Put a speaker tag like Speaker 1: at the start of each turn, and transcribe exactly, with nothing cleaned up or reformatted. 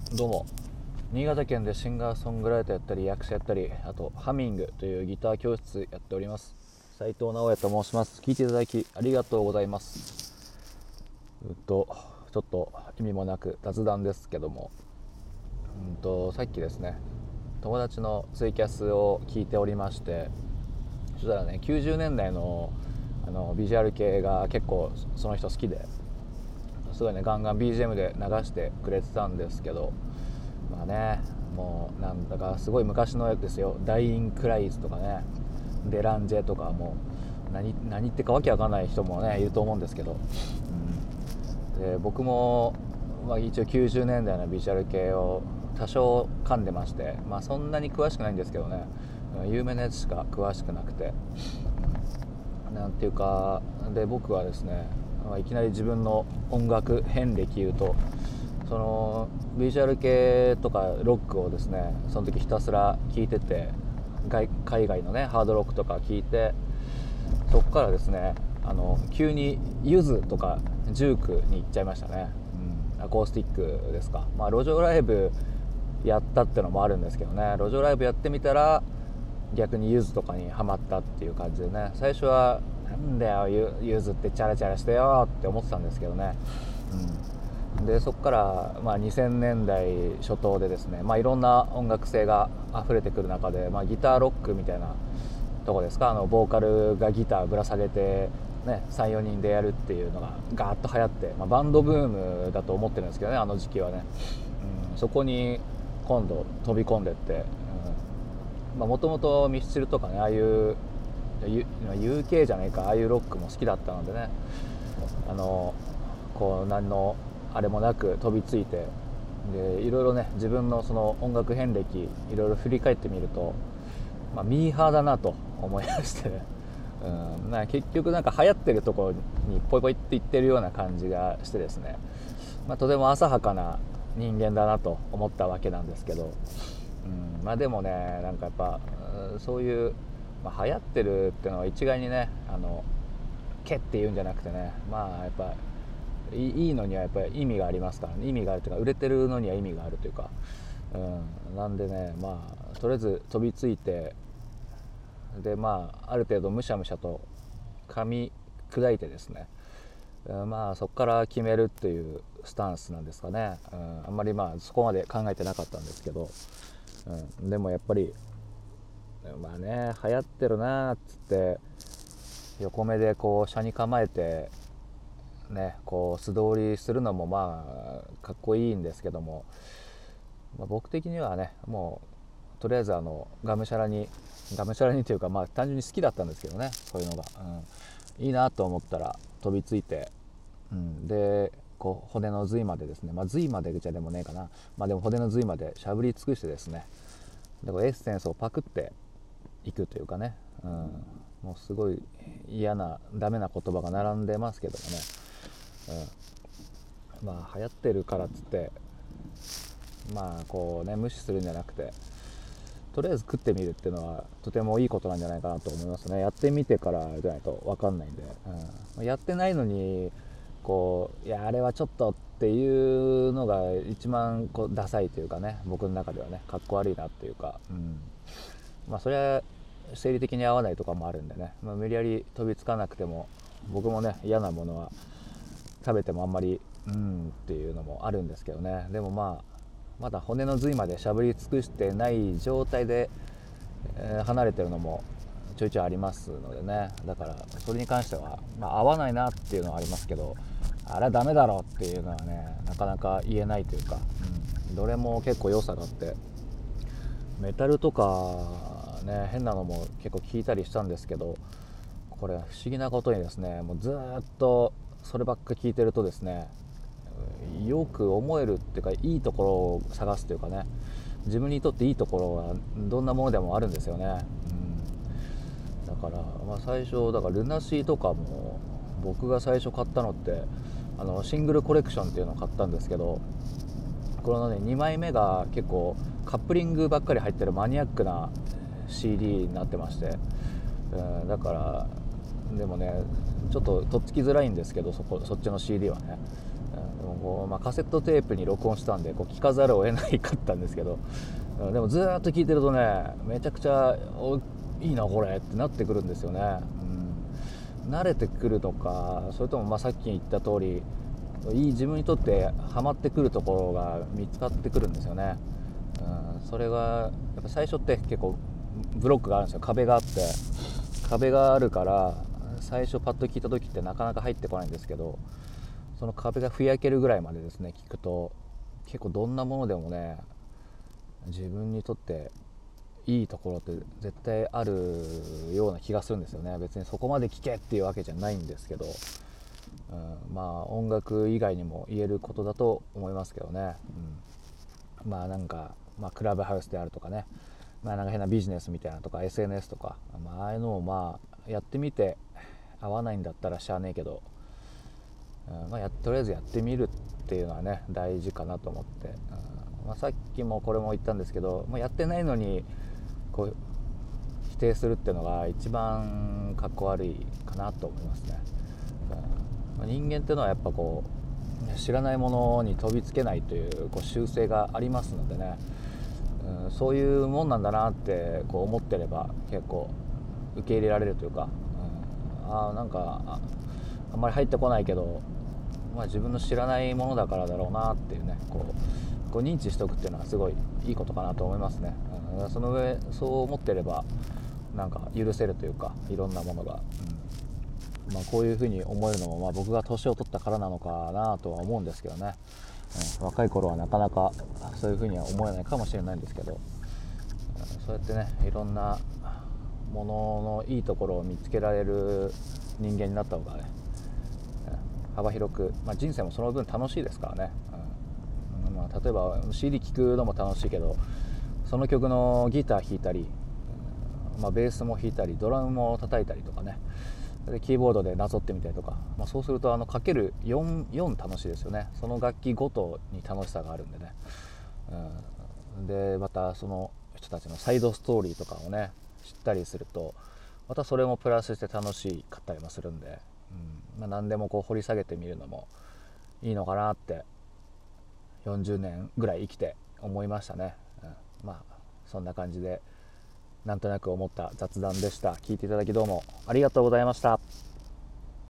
Speaker 1: どうも、新潟県でシンガーソングライターやったり役者やったり、あとハミングというギター教室やっております斉藤直哉と申します。聞いていただきありがとうございます。うっとちょっと意味もなく雑談ですけども、うんとさっきですね、友達のツイキャスを聞いておりまして、そしたらね、きゅうじゅうねんだいのあのビジュアル系が結構その人好きで、すごいねガンガン ビージーエム で流してくれてたんですけど、まあね、もうなんだかすごい昔のやつですよ。ダイインクライズとかね、デランジェとか、もう何何言ってかわけわかんない人もねいると思うんですけど、うん、で僕も、まあ、一応きゅうじゅうねんだいのビジュアル系を多少噛んでまして、まあそんなに詳しくないんですけどね、有名なやつしか詳しくなくて、なんていうか、で僕はですね、いきなり自分の音楽遍歴言うと、そのビジュアル系とかロックをですね、その時ひたすら聴いてて、海外のねハードロックとか聴いて、そこからですね、あの急にユズとかジュークに行っちゃいましたね、うん、アコースティックですか。まあ路上ライブやったってのもあるんですけどね、路上ライブやってみたら逆にユズとかにハマったっていう感じでね、最初はなんだよユズってチャラチャラしてよって思ってたんですけどね、うん、でそこから、まあ、にせんねんだい初頭でですね、まあ、いろんな音楽性が溢れてくる中で、まあ、ギターロックみたいなとこですか、あのボーカルがギターぶら下げて、ね、さんよにんでやるっていうのがガーッと流行って、まあ、バンドブームだと思ってるんですけどね、あの時期はね、うん、そこに今度飛び込んでって、もともとミスチルとかね、ああいう ユーケー じゃないか、ああいうロックも好きだったのでね、あのこう何のあれもなく飛びついて、でいろいろね、自分のその音楽遍歴いろいろ振り返ってみると、まあ、ミーハーだなと思いましてね、うん、な結局なんか流行ってるところにポイポイっていってるような感じがしてですね、まあ、とても浅はかな人間だなと思ったわけなんですけど、うん、まあでもね、なんかやっぱそういう、まあ、流行ってるっていうのは一概にね、あのけっていうんじゃなくてね、まあやっぱいいのにはやっぱり意味がありますからね、意味があるというか、売れてるのには意味があるというか、うん、なんでね、まあとりあえず飛びついて、でまあある程度むしゃむしゃと噛み砕いてですね、まあそこから決めるっていうスタンスなんですかね、うん、あんまりまあそこまで考えてなかったんですけど、うん、でもやっぱりまあね、流行ってるなーっつって横目でこう車に構えてね、こう素通りするのもまあかっこいいんですけども、まあ、僕的にはね、もうとりあえずあのがむしゃらにがむしゃらにというか、まあ単純に好きだったんですけどね、そういうのが、うん、いいなと思ったら飛びついて、うん、でこう骨の髄までですね、まあ髄までじゃでもねえかな、まあでも骨の髄までしゃぶり尽くしてですね、でこうエッセンスをパクっていくというかね、うん、もうすごい嫌なダメな言葉が並んでますけどもね、うん、まあ流行ってるからっつってまあこうね無視するんじゃなくて、とりあえず食ってみるっていうのはとてもいいことなんじゃないかなと思いますね。やってみてからじゃないと分かんないんで、うん、やってないのにこういやあれはちょっとっていうのが一番こうダサいというかね、僕の中ではねかっこ悪いなっていうか、うん、まあそれは生理的に合わないとかもあるんでね、まあ、無理やり飛びつかなくても、僕もね嫌なものは食べてもあんまりうんっていうのもあるんですけどね、でもまあまだ骨の髄までしゃぶり尽くしてない状態で、えー離れてるのもちょいちょいありますのでね、だからそれに関しては、まあ、合わないなっていうのはありますけど、あれはダメだろっていうのはねなかなか言えないというか、うん、どれも結構良さがあって、メタルとかね変なのも結構聞いたりしたんですけど、これ不思議なことにですね、もうずっとそればっか聞いてるとですね、よく思えるっていうか、いいところを探すというかね、自分にとっていいところはどんなものでもあるんですよね、うん、だから、まあ、最初だからルナシーとかも僕が最初買ったのってあのシングルコレクションっていうのを買ったんですけど、このねにまいめが結構カップリングばっかり入ってるマニアックな シーディー になってまして、うん、だからでもねちょっととっつきづらいんですけど、そこそっちの シーディー はね、 でもこう、まあ、カセットテープに録音したんでこう聞かざるを得ないかったんですけど、でもずーっと聞いてるとね、めちゃくちゃおいいなこれってなってくるんですよね、うん、慣れてくるのか、それともまあさっき言った通りいい自分にとってハマってくるところが見つかってくるんですよね、うん、それがやっぱ最初って結構ブロックがあるんですよ。壁があって壁があるから最初パッと聞いた時ってなかなか入ってこないんですけど、その壁がふやけるぐらいまでですね聞くと結構どんなものでもね自分にとっていいところって絶対あるような気がするんですよね。別にそこまで聴けっていうわけじゃないんですけど、うん、まあ音楽以外にも言えることだと思いますけどね、うん、まあなんか、まあ、クラブハウスであるとかね、まあなんか変なビジネスみたいなとか エスエヌエス とか、まあああいうのをまあやってみて合わないんだったらしゃあねえけど、うんまあ、やとりあえずやってみるっていうのはね大事かなと思って、うんまあ、さっきもこれも言ったんですけど、まあ、やってないのにこう否定するっていうのが一番かっこ悪いかなと思いますね、うんまあ、人間っていうのはやっぱこう知らないものに飛びつけないというこう習性がありますのでね、うん、そういうもんなんだなってこう思ってれば結構受け入れられるというか、うん、ああなんか あ, あんまり入ってこないけど、まあ、自分の知らないものだからだろうなっていうねこうこう認知しておくっていうのはすごいいいことかなと思いますね、うん、その上そう思ってればなんか許せるというかいろんなものが、うんまあ、こういうふうに思えるのも、まあ、僕が年を取ったからなのかなとは思うんですけどね、うん、若い頃はなかなかそういうふうには思えないかもしれないんですけど、うん、そうやってねいろんなもののいいところを見つけられる人間になった方がね幅広く、まあ、人生もその分楽しいですからね、うんまあ、例えば シーディー 聴くのも楽しいけどその曲のギター弾いたり、うんまあ、ベースも弾いたりドラムも叩いたりとかねでキーボードでなぞってみたりとか、まあ、そうするとあのかける よん, よん楽しいですよね。その楽器ごとに楽しさがあるんでね、うん、でまたその人たちのサイドストーリーとかをね知ったりするとまたそれもプラスして楽しかったりもするんで、うんまあ、何でもこう掘り下げてみるのもいいのかなってよんじゅうねんぐらい生きて思いましたね、うん、まあそんな感じでなんとなく思った雑談でした。聞いていただきどうもありがとうございました。